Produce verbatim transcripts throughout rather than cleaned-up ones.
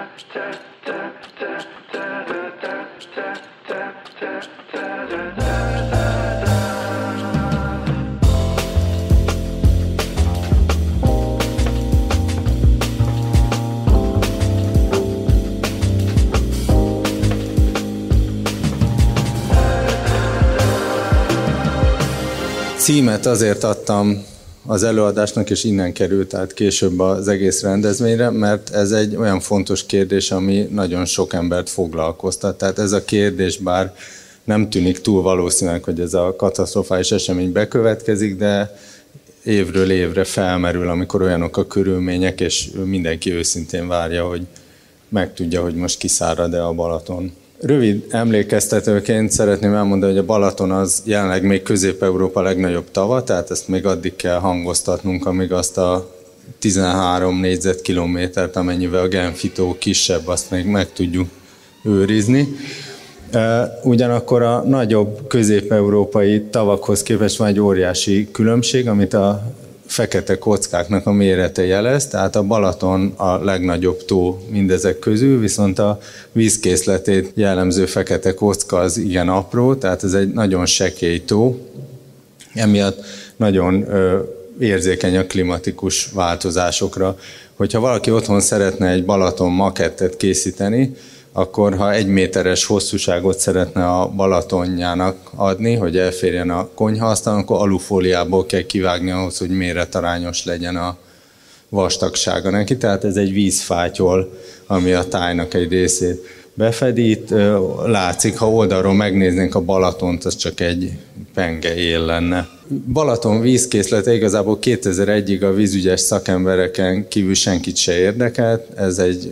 Címet azért adtam az előadásnak, és innen került át később az egész rendezvényre, mert ez egy olyan fontos kérdés, ami nagyon sok embert foglalkoztat. Tehát ez a kérdés, bár nem tűnik túl valószínűleg, hogy ez a katasztrofális esemény bekövetkezik, de évről évre felmerül, amikor olyanok a körülmények, és mindenki őszintén várja, hogy megtudja, hogy most kiszárad-e a Balaton. Rövid emlékeztetőként szeretném elmondani, hogy a Balaton az jelenleg még Közép-Európa legnagyobb tava, tehát ezt még addig kell hangoztatnunk, amíg azt a tizenhárom négyzetkilométert, amennyivel a Genfi tó kisebb, azt még meg tudjuk őrizni. Ugyanakkor a nagyobb közép-európai tavakhoz képest van egy óriási különbség, amit a fekete kockáknak a mérete jelez, tehát a Balaton a legnagyobb tó mindezek közül, viszont a vízkészletét jellemző fekete kocka az igen apró, tehát ez egy nagyon sekély tó, emiatt nagyon ö, érzékeny a klimatikus változásokra. Hogyha valaki otthon szeretne egy Balaton makettet készíteni, akkor ha egy méteres hosszúságot szeretne a Balatonjának adni, hogy elférjen a konyhaasztalon, akkor alufóliából kell kivágni ahhoz, hogy méretarányos legyen a vastagsága neki. Tehát ez egy vízfátyol, ami a tájnak egy részét befedi. Itt látszik, ha oldalról megnéznénk a Balatont, az csak egy penge él lenne. Balaton vízkészlete igazából kétezer-egyig a vízügyes szakembereken kívül senkit se érdekelt. Ez egy...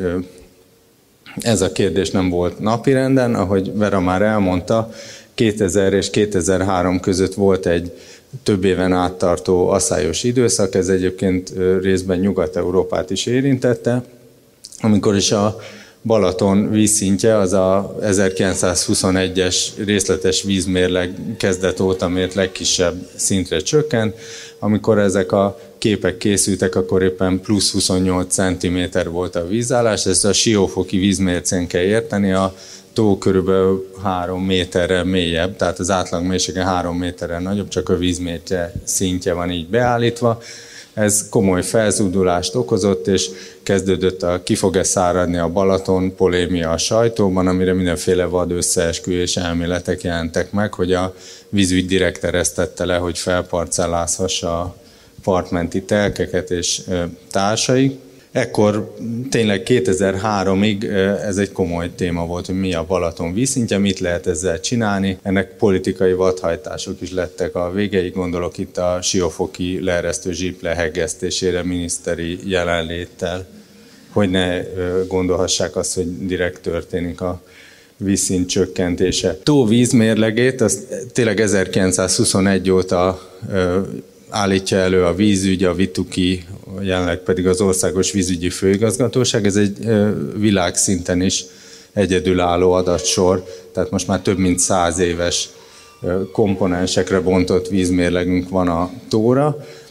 Ez a kérdés nem volt napirenden, ahogy Vera már elmondta, kétezer és kétezer-három között volt egy több éven áttartó asszályos időszak, ez egyébként részben Nyugat-Európát is érintette, amikor is a Balaton vízszintje az a ezerkilencszázhuszonegyes részletes vízmérleg kezdet óta mért legkisebb szintre csökkent. Amikor ezek a képek készültek, akkor éppen plusz huszonnyolc centiméter volt a vízállás, ezt a Siófoki vízmércén kell érteni, a tó körülbelül három méterrel mélyebb, tehát az átlag mélysége három méterrel nagyobb, csak a vízmérce szintje van így beállítva. Ez komoly felzúdulást okozott, és kezdődött a ki fog-e száradni a Balaton polémia a sajtóban, amire mindenféle vad összeesküvés elméletek jelentek meg, hogy a vízügy direkt eresztette le, hogy felparcellázhassa a partmenti telkeket és társai. Ekkor tényleg kétezer-háromig ez egy komoly téma volt, hogy mi a Balaton vízszintje, mit lehet ezzel csinálni. Ennek politikai vadhajtások is lettek a végei, gondolok itt a siófoki leeresztő zsíp lehegesztésére miniszteri jelenléttel, hogy ne gondolhassák azt, hogy direkt történik a vízszint csökkentése. Tó vízmérlegét, az tényleg ezerkilencszázhuszonegy óta állítja elő a vízügy, a Vituki, jelenleg pedig az Országos Vízügyi Főigazgatóság. Ez egy világszinten is egyedülálló adatsor, tehát most már több mint száz éves komponensekre bontott vízmérlegünk van a tóra.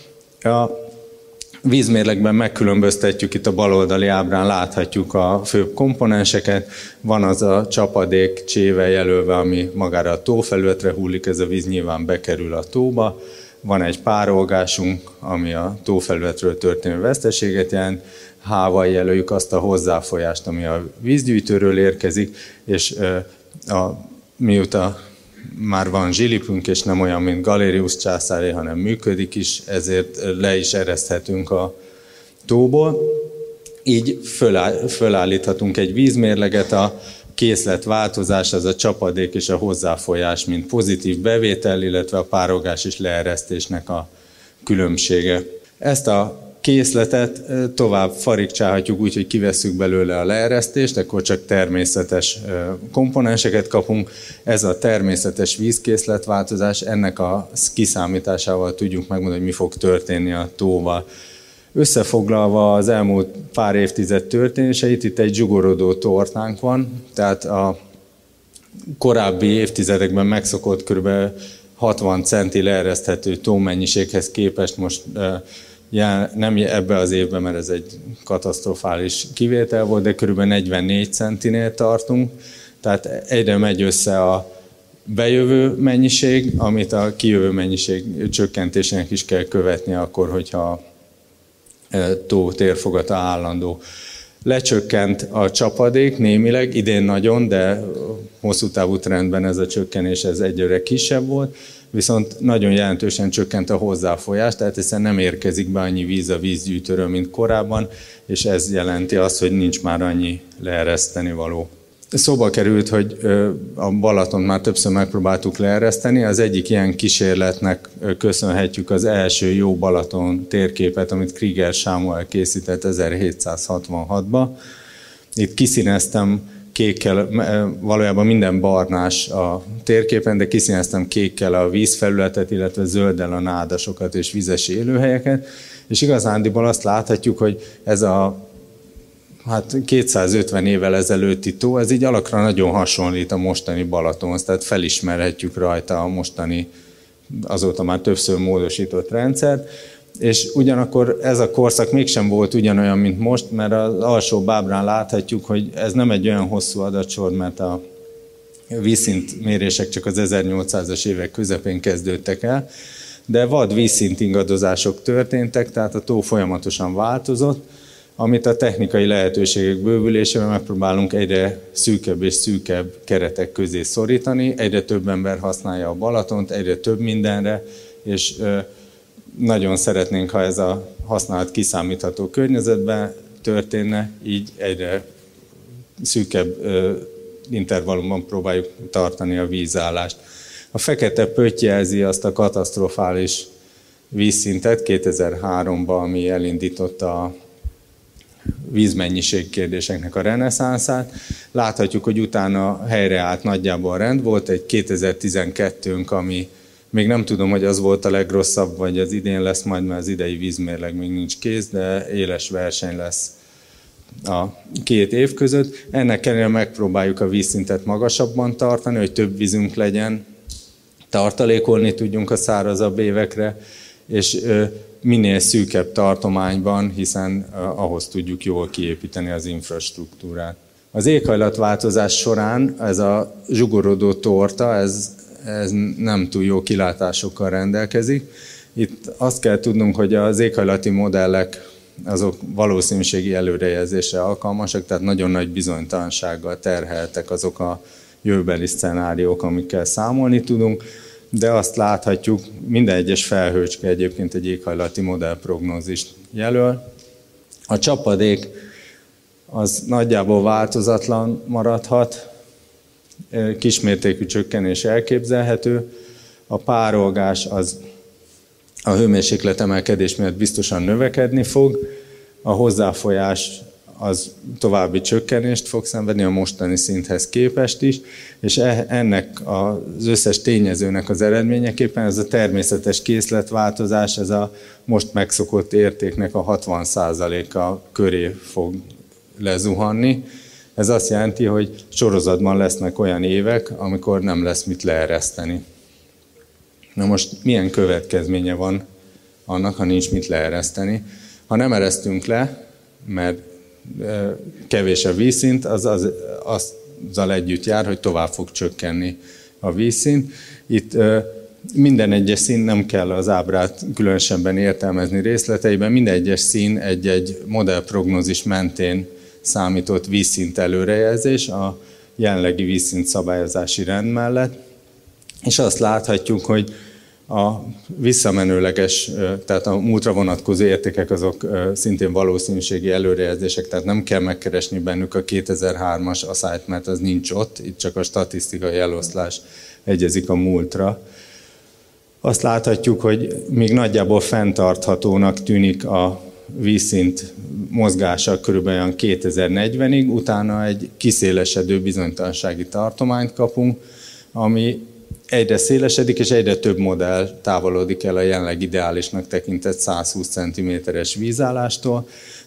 A vízmérlegben megkülönböztetjük, itt a baloldali ábrán láthatjuk a főbb komponenseket. Van az a csapadék csével jelölve, ami magára a tófelületre hullik, ez a víz nyilván bekerül a tóba. Van egy párolgásunk, ami a tófelületről történő veszteséget jelent, H-val jelöljük azt a hozzáfolyást, ami a vízgyűjtőről érkezik, és a, mióta már van zsilipünk, és nem olyan, mint Galerius császáré, hanem működik is, ezért le is ereszthetünk a tóból. Így föláll, fölállíthatunk egy vízmérleget, a készletváltozás, az a csapadék és a hozzáfolyás, mint pozitív bevétel, illetve a párolgás és leeresztésnek a különbsége. Ezt a készletet tovább farigcsálhatjuk úgy, hogy kivesszük belőle a leeresztést, akkor csak természetes komponenseket kapunk. Ez a természetes vízkészletváltozás, ennek a kiszámításával tudjuk megmondani, hogy mi fog történni a tóval. Összefoglalva az elmúlt pár évtized történéseit, itt egy zsugorodó tortánk van, tehát a korábbi évtizedekben megszokott kb. hatvan centi leereszthető tómennyiséghez képest most nem ebbe az évben, mert ez egy katasztrofális kivétel volt, de körülbelül negyvennégy centinél tartunk, tehát egyre megy össze a bejövő mennyiség, amit a kijövő mennyiség csökkentésének is kell követni akkor, hogyha a tó térfogata állandó. Lecsökkent a csapadék némileg, idén nagyon, de hosszú távú trendben ez a csökkenés ez egyre kisebb volt, viszont nagyon jelentősen csökkent a hozzáfolyás, tehát hiszen nem érkezik be annyi víz a vízgyűjtőről, mint korábban, és ez jelenti azt, hogy nincs már annyi leereszteni való. Szóba került, hogy a Balaton már többször megpróbáltuk leereszteni. Az egyik ilyen kísérletnek köszönhetjük az első jó Balaton térképet, amit Krieger Sámuel készített ezerhétszázhatvanhatban. Itt kiszíneztem kékkel, valójában minden barnás a térképen, de kiszíneztem kékkel a vízfelületet, illetve zölddel a nádasokat és vizes élőhelyeket. És igazándiból azt láthatjuk, hogy ez a hát kétszázötven évvel ezelőtti tó, ez így alakra nagyon hasonlít a mostani Balatonhoz, tehát felismerhetjük rajta a mostani, azóta már többször módosított rendszert, és ugyanakkor ez a korszak mégsem volt ugyanolyan, mint most, mert az alsó ábrán láthatjuk, hogy ez nem egy olyan hosszú adatsor, mert a vízszintmérések csak az ezernyolcszázas évek közepén kezdődtek el, de vad vízszint ingadozások történtek, tehát a tó folyamatosan változott, amit a technikai lehetőségek bővülésével megpróbálunk egyre szűkebb és szűkebb keretek közé szorítani, egyre több ember használja a Balatont, egyre több mindenre, és nagyon szeretnénk, ha ez a használat kiszámítható környezetben történne, így egyre szűkebb intervallumban próbáljuk tartani a vízállást. A fekete pötty jelzi azt a katasztrofális vízszintet kétezer-háromban, ami elindította a vízmennyiség kérdéseknek a reneszánszát. Láthatjuk, hogy utána helyreállt nagyjából a rend. Volt egy kétezer-tizenkettőnk, ami még nem tudom, hogy az volt a legrosszabb, vagy az idén lesz majd, mert az idei vízmérleg még nincs kész, de éles verseny lesz a két év között. Ennek ellenére megpróbáljuk a vízszintet magasabban tartani, hogy több vízünk legyen, tartalékolni tudjunk a szárazabb évekre, és minél szűkebb tartományban, hiszen ahhoz tudjuk jól kiépíteni az infrastruktúrát. Az éghajlatváltozás során ez a zsugorodó torta, ez, ez nem túl jó kilátásokkal rendelkezik. Itt azt kell tudnunk, hogy az éghajlati modellek azok valószínűségi előrejelzésre alkalmasak, tehát nagyon nagy bizonytalansággal terheltek azok a jövőbeli szcenáriók, amikkel számolni tudunk, de azt láthatjuk, minden egyes felhőcske egyébként egy éghajlati modellprognózist jelöl. A csapadék az nagyjából változatlan maradhat, kismértékű csökkenés elképzelhető. A párolgás az a hőmérséklet emelkedés miatt biztosan növekedni fog, a hozzáfolyás az további csökkenést fog szenvedni a mostani szinthez képest is, és ennek az összes tényezőnek az eredményeképpen ez a természetes készletváltozás, ez a most megszokott értéknek a hatvan százaléka köré fog lezuhanni. Ez azt jelenti, hogy sorozatban lesznek olyan évek, amikor nem lesz mit leereszteni. Na most milyen következménye van annak, ha nincs mit leereszteni? Ha nem eresztünk le, mert kevés a vízszint, az, az, azzal együtt jár, hogy tovább fog csökkenni a vízszint. Itt minden egyes szín, nem kell az ábrát különösebben értelmezni részleteiben, minden egyes szín egy-egy modellprognózis mentén számított vízszint előrejelzés a jelenlegi vízszint szabályozási rend mellett, és azt láthatjuk, hogy a visszamenőleges, tehát a múltra vonatkozó értékek azok szintén valószínűségi előrejelzések, tehát nem kell megkeresni bennük a kétezer-hármas asszályt, mert az nincs ott, itt csak a statisztikai eloszlás egyezik a múltra. Azt láthatjuk, hogy még nagyjából fenntarthatónak tűnik a vízszint mozgása körülbelül kétezer-negyvenig, utána egy kiszélesedő bizonytalansági tartományt kapunk, ami egyre szélesedik, és egyre több modell távolodik el a jelenleg ideálisnak tekintett százhúsz centiméteres vízállástól.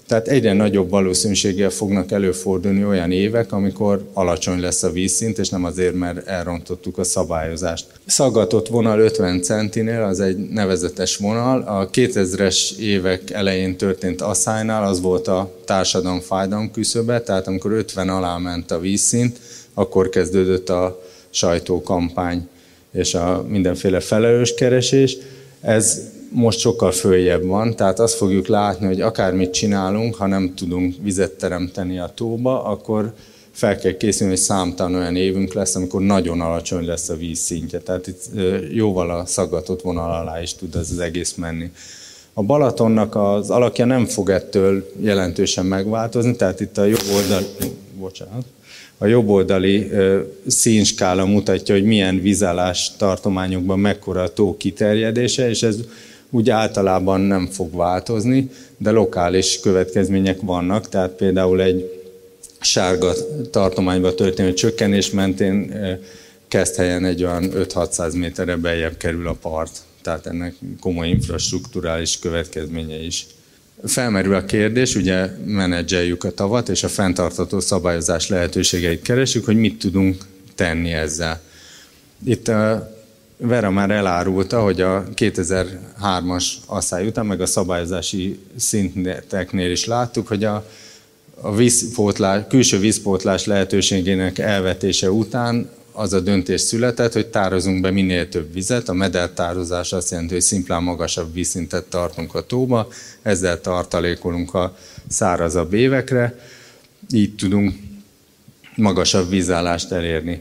Tehát egyre nagyobb valószínűséggel fognak előfordulni olyan évek, amikor alacsony lesz a vízszint, és nem azért, mert elrontottuk a szabályozást. Szaggatott vonal ötven centinél, az egy nevezetes vonal. A kétezres évek elején történt asszálynál az volt a társadalom fájdalom küszöbe, tehát amikor ötven alá ment a vízszint, akkor kezdődött a sajtókampány és a mindenféle felelőskeresés. Ez most sokkal följebb van, tehát azt fogjuk látni, hogy akármit csinálunk, ha nem tudunk vizet teremteni a tóba, akkor fel kell készülni, hogy számtalan olyan évünk lesz, amikor nagyon alacsony lesz a vízszintje. Tehát itt jóval a szaggatott vonal alá is tud ez az egész menni. A Balatonnak az alakja nem fog ettől jelentősen megváltozni, tehát itt a jobb oldali, bocsánat, a jobboldali színskála mutatja, hogy milyen vízállás tartományokban mekkora a tó kiterjedése, és ez úgy általában nem fog változni, de lokális következmények vannak, tehát például egy sárga tartományban történő csökkenés mentén Keszthelyen egy olyan öt-hatszáz méterre beljebb kerül a part, tehát ennek komoly infrastrukturális következménye is. Felmerül a kérdés, ugye menedzseljük a tavat, és a fenntartható szabályozás lehetőségeit keresünk, hogy mit tudunk tenni ezzel. Itt Vera már elárulta, hogy a kétezer-hármas asszály után, meg a szabályozási szinteknél is láttuk, hogy a, a vízpótlás, külső vízpótlás lehetőségének elvetése után az a döntés született, hogy tározunk be minél több vizet. A medertározás azt jelenti, hogy szimplán magasabb vízszintet tartunk a tóba, ezzel tartalékolunk a szárazabb évekre, így tudunk magasabb vízállást elérni.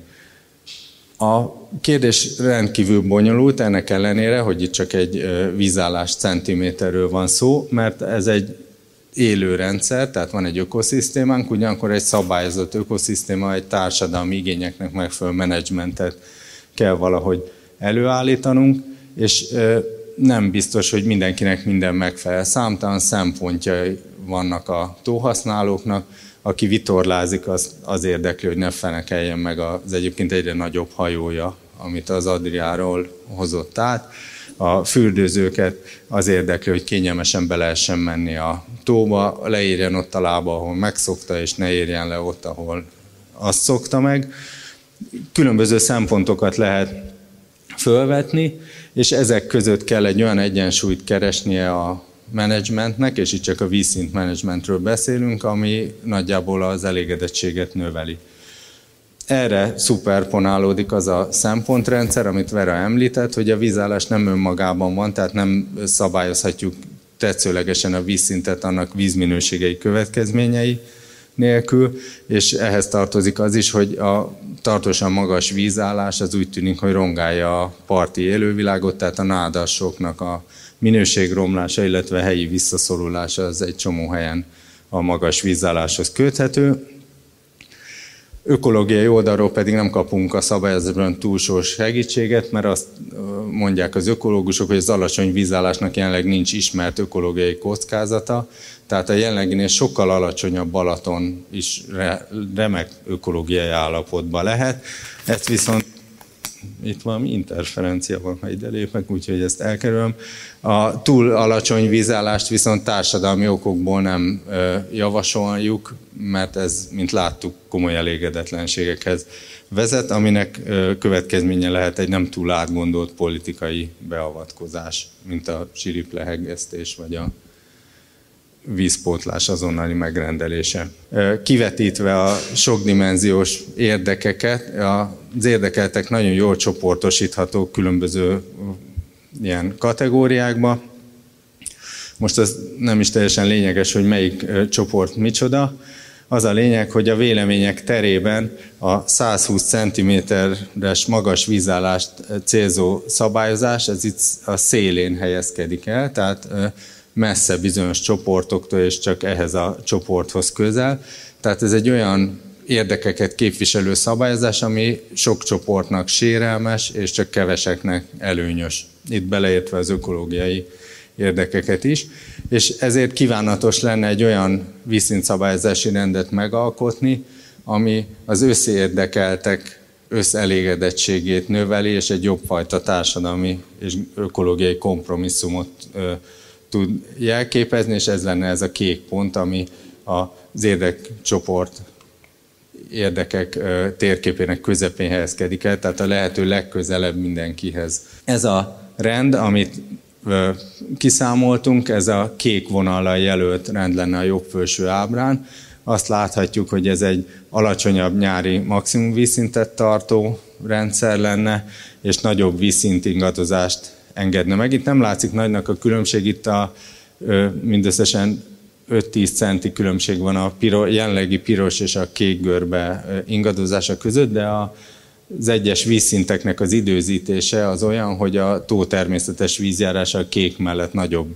A kérdés rendkívül bonyolult, ennek ellenére, hogy itt csak egy vízállás centiméterről van szó, mert ez egy élő rendszer, tehát van egy ökoszisztémánk, ugyanakkor egy szabályozott ökoszisztéma, egy társadalmi igényeknek megfelelő menedzsmentet kell valahogy előállítanunk, és nem biztos, hogy mindenkinek minden megfelel. Számtalan szempontjai vannak a tóhasználóknak, aki vitorlázik, az, az érdekli, hogy ne fenekeljen meg az egyébként egyre nagyobb hajója, amit az Adriáról hozott át. A fürdőzőket az érdekli, hogy kényelmesen be lehessen menni a tóba, leérjen ott a lába, ahol megszokta, és ne érjen le ott, ahol azt szokta meg. Különböző szempontokat lehet fölvetni, és ezek között kell egy olyan egyensúlyt keresnie a menedzsmentnek, és itt csak a vízszint menedzsmentről beszélünk, ami nagyjából az elégedettséget növeli. Erre szuperponálódik az a szempontrendszer, amit Vera említett, hogy a vízállás nem önmagában van, tehát nem szabályozhatjuk tetszőlegesen a vízszintet annak vízminőségei következményei nélkül, és ehhez tartozik az is, hogy a tartósan magas vízállás az úgy tűnik, hogy rongálja a parti élővilágot, tehát a nádasoknak a minőségromlása, illetve helyi visszaszorulása az egy csomó helyen a magas vízálláshoz köthető. Ökológiai oldalról pedig nem kapunk a szabályozásban túlsó segítséget, mert azt mondják az ökológusok, hogy az alacsony vízállásnak jelenleg nincs ismert ökológiai kockázata, tehát a jelenleginél sokkal alacsonyabb Balaton is remek ökológiai állapotban lehet. Ezt viszont itt valami interferencia van, ha ide lépek, úgyhogy ezt elkerülöm. A túl alacsony vízállást viszont társadalmi okokból nem javasoljuk, mert ez, mint láttuk, komoly elégedetlenségekhez vezet, aminek következménye lehet egy nem túl átgondolt politikai beavatkozás, mint a siriplehegesztés vagy a vízpótlás azonnali megrendelése. Kivetítve a sokdimenziós érdekeket, az érdekeltek nagyon jól csoportosíthatók különböző ilyen kategóriákba. Most az nem is teljesen lényeges, hogy melyik csoport micsoda. Az a lényeg, hogy a vélemények terében a százhúsz centiméteres magas vízállást célzó szabályozás, ez itt a szélén helyezkedik el, tehát messze bizonyos csoportoktól, és csak ehhez a csoporthoz közel. Tehát ez egy olyan érdekeket képviselő szabályozás, ami sok csoportnak sérelmes, és csak keveseknek előnyös. Itt beleértve az ökológiai érdekeket is. És ezért kívánatos lenne egy olyan vízszintszabályozási rendet megalkotni, ami az összeérdekeltek összeelégedettségét növeli, és egy jobbfajta társadalmi és ökológiai kompromisszumot tud jelképezni, és ez lenne ez a kék pont, ami az érdekcsoport érdekek térképének közepén helyezkedik el, tehát a lehető legközelebb mindenkihez. Ez a rend, amit kiszámoltunk, ez a kék vonallal jelölt rend lenne a jobb felső ábrán. Azt láthatjuk, hogy ez egy alacsonyabb nyári maximum vízszintet tartó rendszer lenne, és nagyobb vízszint ingadozást engedne meg. Itt nem látszik nagynak a különbség, itt a mindösszesen öt-tíz centi különbség van a piros, jelenlegi piros és a kék görbe ingadozása között, de a, az egyes vízszinteknek az időzítése az olyan, hogy a tó természetes vízjárása a kék mellett nagyobb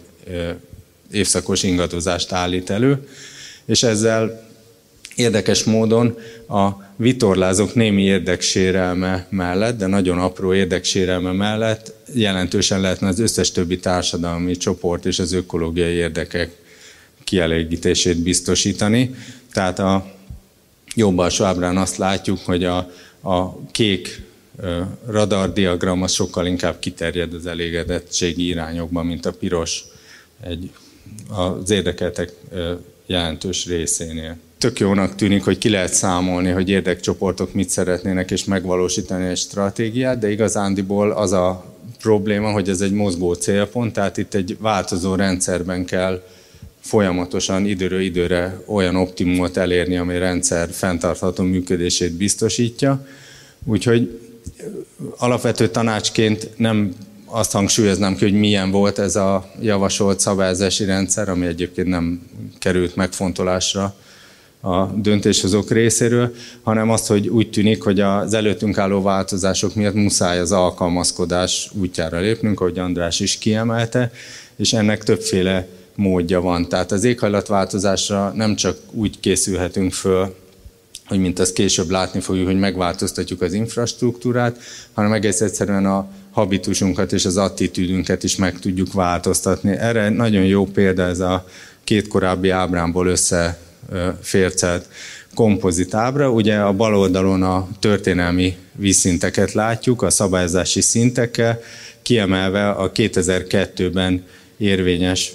évszakos ingadozást állít elő, és ezzel érdekes módon a vitorlázók némi érdeksérelme mellett, de nagyon apró érdeksérelme mellett jelentősen lehetne az összes többi társadalmi csoport és az ökológiai érdekek kielégítését biztosítani. Tehát a jobb alsó ábrán azt látjuk, hogy a, a kék radardiagram az sokkal inkább kiterjed az elégedettségi irányokban, mint a piros egy, az érdekeltek jelentős részénél. Tök jónak tűnik, hogy ki lehet számolni, hogy érdekcsoportok mit szeretnének és megvalósítani egy stratégiát, de igazándiból az a probléma, hogy ez egy mozgó célpont, tehát itt egy változó rendszerben kell folyamatosan időről időre olyan optimumot elérni, ami a rendszer fenntartható működését biztosítja. Úgyhogy alapvető tanácsként nem azt hangsúlyoznám ki, hogy milyen volt ez a javasolt szabályozási rendszer, ami egyébként nem került megfontolásra a döntéshozók részéről, hanem azt, hogy úgy tűnik, hogy az előttünk álló változások miatt muszáj az alkalmazkodás útjára lépnünk, ahogy András is kiemelte, és ennek többféle módja van. Tehát az éghajlatváltozásra nem csak úgy készülhetünk föl, hogy mint azt később látni fogjuk, hogy megváltoztatjuk az infrastruktúrát, hanem egész egyszerűen a habitusunkat és az attitűdünket is meg tudjuk változtatni. Erre nagyon jó példa ez a két korábbi ábrámból összefércelt kompozit ábra. Ugye a bal oldalon a történelmi vízszinteket látjuk, a szabályozási szintekkel, kiemelve a kétezer-kettőben érvényes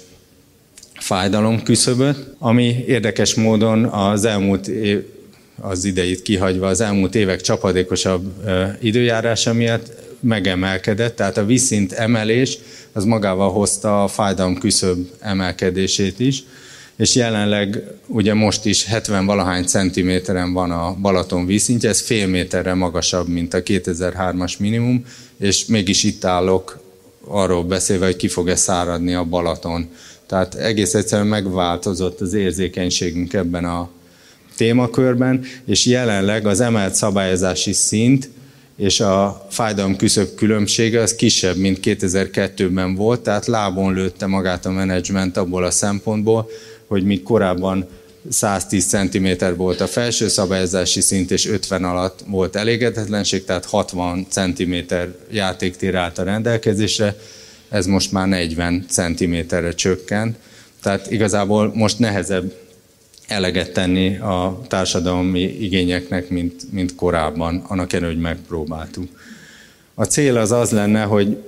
fájdalomküszöböt, ami érdekes módon az elmúlt év, az idejét kihagyva az elmúlt évek csapadékosabb időjárása miatt megemelkedett, tehát a vízszint emelés az magával hozta a fájdalomküszöb emelkedését is, és jelenleg ugye most is hetven valahány centiméteren van a Balaton vízszintje, ez fél méterre magasabb, mint a kétezer-hármas minimum, és mégis itt állok arról beszélve, hogy ki fog-e száradni a Balaton. Tehát egész egyszerűen megváltozott az érzékenységünk ebben a témakörben, és jelenleg az emelt szabályozási szint és a fájdalomküszöb különbsége az kisebb, mint kétezer-kettőben volt, tehát lábon lőtte magát a menedzsment abból a szempontból, hogy míg korábban száztíz centiméter volt a felső szabályozási szint, és ötven alatt volt elégedetlenség, tehát hatvan centiméter játéktér állt a rendelkezésre, ez most már negyven centiméterre csökkent, tehát igazából most nehezebb eleget tenni a társadalmi igényeknek, mint, mint korábban, annak ellenére, hogy megpróbáltuk. A cél az az lenne, hogy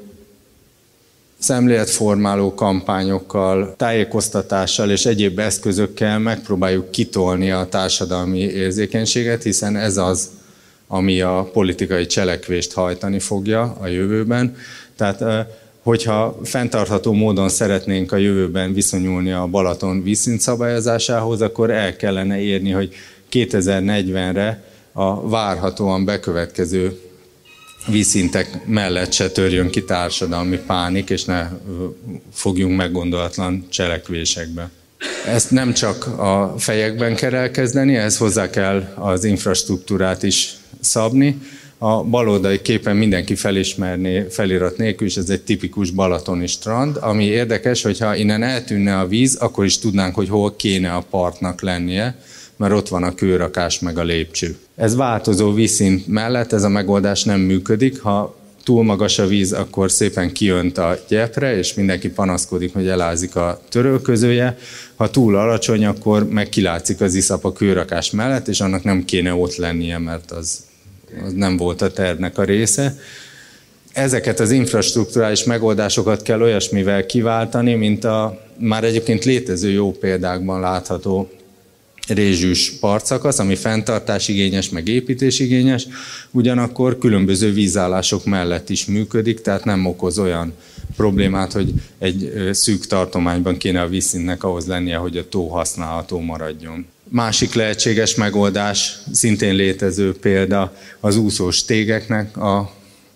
szemléletformáló kampányokkal, tájékoztatással és egyéb eszközökkel megpróbáljuk kitolni a társadalmi érzékenységet, hiszen ez az, ami a politikai cselekvést hajtani fogja a jövőben. Tehát hogyha fenntartható módon szeretnénk a jövőben viszonyulni a Balaton vízszint szabályozásához, akkor el kellene érni, hogy kétezer-negyvenre a várhatóan bekövetkező vízszintek mellett se törjön ki társadalmi pánik, és ne fogjunk meggondolatlan cselekvésekbe. Ezt nem csak a fejekben kell elkezdeni, ehhez hozzá kell az infrastruktúrát is szabni. A baloldali képen mindenki felismerné felirat nélkül, és ez egy tipikus balatoni strand, ami érdekes, hogyha innen eltűnne a víz, akkor is tudnánk, hogy hol kéne a partnak lennie, mert ott van a kőrakás meg a lépcső. Ez változó vízszint mellett ez a megoldás nem működik. Ha túl magas a víz, akkor szépen kiönt a gyepre, és mindenki panaszkodik, hogy elázik a törölközője. Ha túl alacsony, akkor meg kilátszik az iszap a kőrakás mellett, és annak nem kéne ott lennie, mert az, az nem volt a tervnek a része. ezeket az infrastrukturális megoldásokat kell olyasmivel kiváltani, mint a már egyébként létező jó példákban látható rézsűs partszakasz, ami fenntartásigényes, meg építésigényes, ugyanakkor különböző vízállások mellett is működik, tehát nem okoz olyan problémát, hogy egy szűk tartományban kéne a vízszintnek ahhoz lennie, hogy a tó használható maradjon. Másik lehetséges megoldás, szintén létező példa az úszós tégeknek a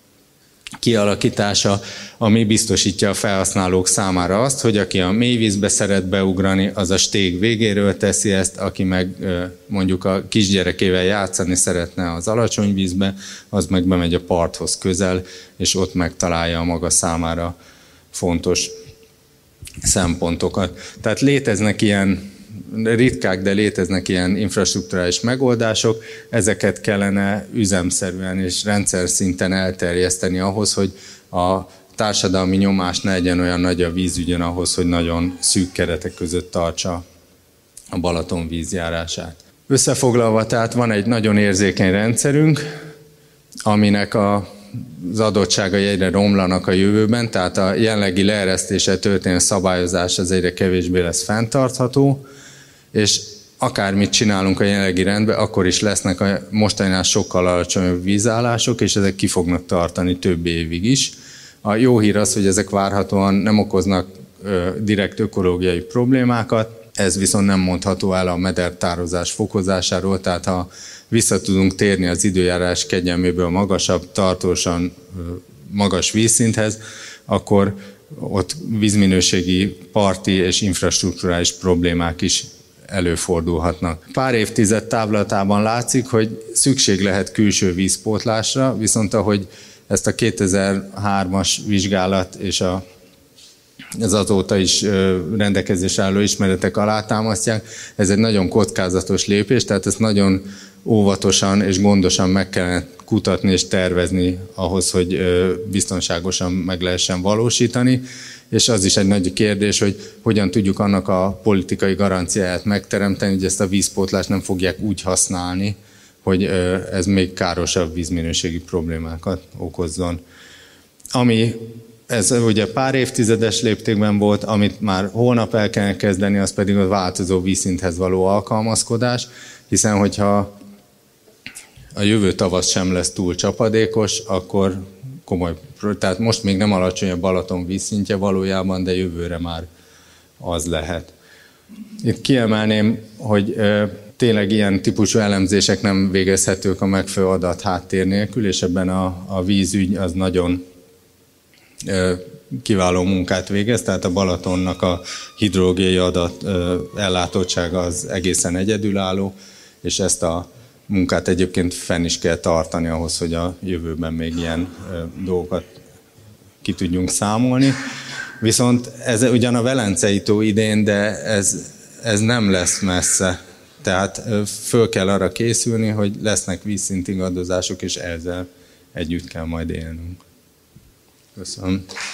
kialakítása, ami biztosítja a felhasználók számára azt, hogy aki a mélyvízbe szeret beugrani, az a stég végéről teszi ezt, aki meg mondjuk a kisgyerekével játszani szeretne az alacsony vízbe, az meg bemegy a parthoz közel, és ott megtalálja a maga számára fontos szempontokat. Tehát léteznek ilyen, ritkák, de léteznek ilyen infrastrukturális megoldások, ezeket kellene üzemszerűen és rendszer szinten elterjeszteni ahhoz, hogy a társadalmi nyomás ne legyen olyan nagy a vízügyön ahhoz, hogy nagyon szűk keretek között tartsa a Balaton vízjárását. Összefoglalva, tehát van egy nagyon érzékeny rendszerünk, aminek a az adottságai egyre romlanak a jövőben, tehát a jelenlegi leeresztéssel történő szabályozás az egyre kevésbé lesz fenntartható, és akármit csinálunk a jelenlegi rendben, akkor is lesznek a mostaninál sokkal alacsonyabb vízállások, és ezek ki fognak tartani több évig is. A jó hír az, hogy ezek várhatóan nem okoznak ö, direkt ökológiai problémákat, ez viszont nem mondható el a medertározás fokozásáról, tehát ha vissza tudunk térni az időjárás kegyelméből magasabb, tartósan magas vízszinthez, akkor ott vízminőségi, parti és infrastrukturális problémák is előfordulhatnak. Pár évtized távlatában látszik, hogy szükség lehet külső vízpótlásra, viszont ahogy ezt a kétezer-hármas vizsgálat és a az azóta is rendelkezésre álló ismeretek alátámasztják, ez egy nagyon kockázatos lépés, tehát ezt nagyon óvatosan és gondosan meg kellene kutatni és tervezni ahhoz, hogy biztonságosan meg lehessen valósítani, és az is egy nagy kérdés, hogy hogyan tudjuk annak a politikai garanciáját megteremteni, hogy ezt a vízpótlást nem fogják úgy használni, hogy ez még károsabb vízminőségi problémákat okozzon. Ami ez ugye pár évtizedes léptékben volt, amit már holnap el kellene kezdeni, az pedig a változó vízszinthez való alkalmazkodás, hiszen hogyha a jövő tavasz sem lesz túl csapadékos, akkor komoly, tehát most még nem alacsony a Balaton vízszintje valójában, de jövőre már az lehet. Itt kiemelném, hogy tényleg ilyen típusú elemzések nem végezhetők a megfelelő adat háttér nélkül, és ebben a, a vízügy az nagyon kiváló munkát végez, tehát a Balatonnak a hidrológiai adat ellátottsága az egészen egyedülálló, és ezt a munkát egyébként fenn is kell tartani ahhoz, hogy a jövőben még ilyen dolgokat ki tudjunk számolni. Viszont ez ugyan a Velencei tó idén, de ez, ez nem lesz messze. Tehát föl kell arra készülni, hogy lesznek vízszintingadozások, és ezzel együtt kell majd élnünk. Köszönöm.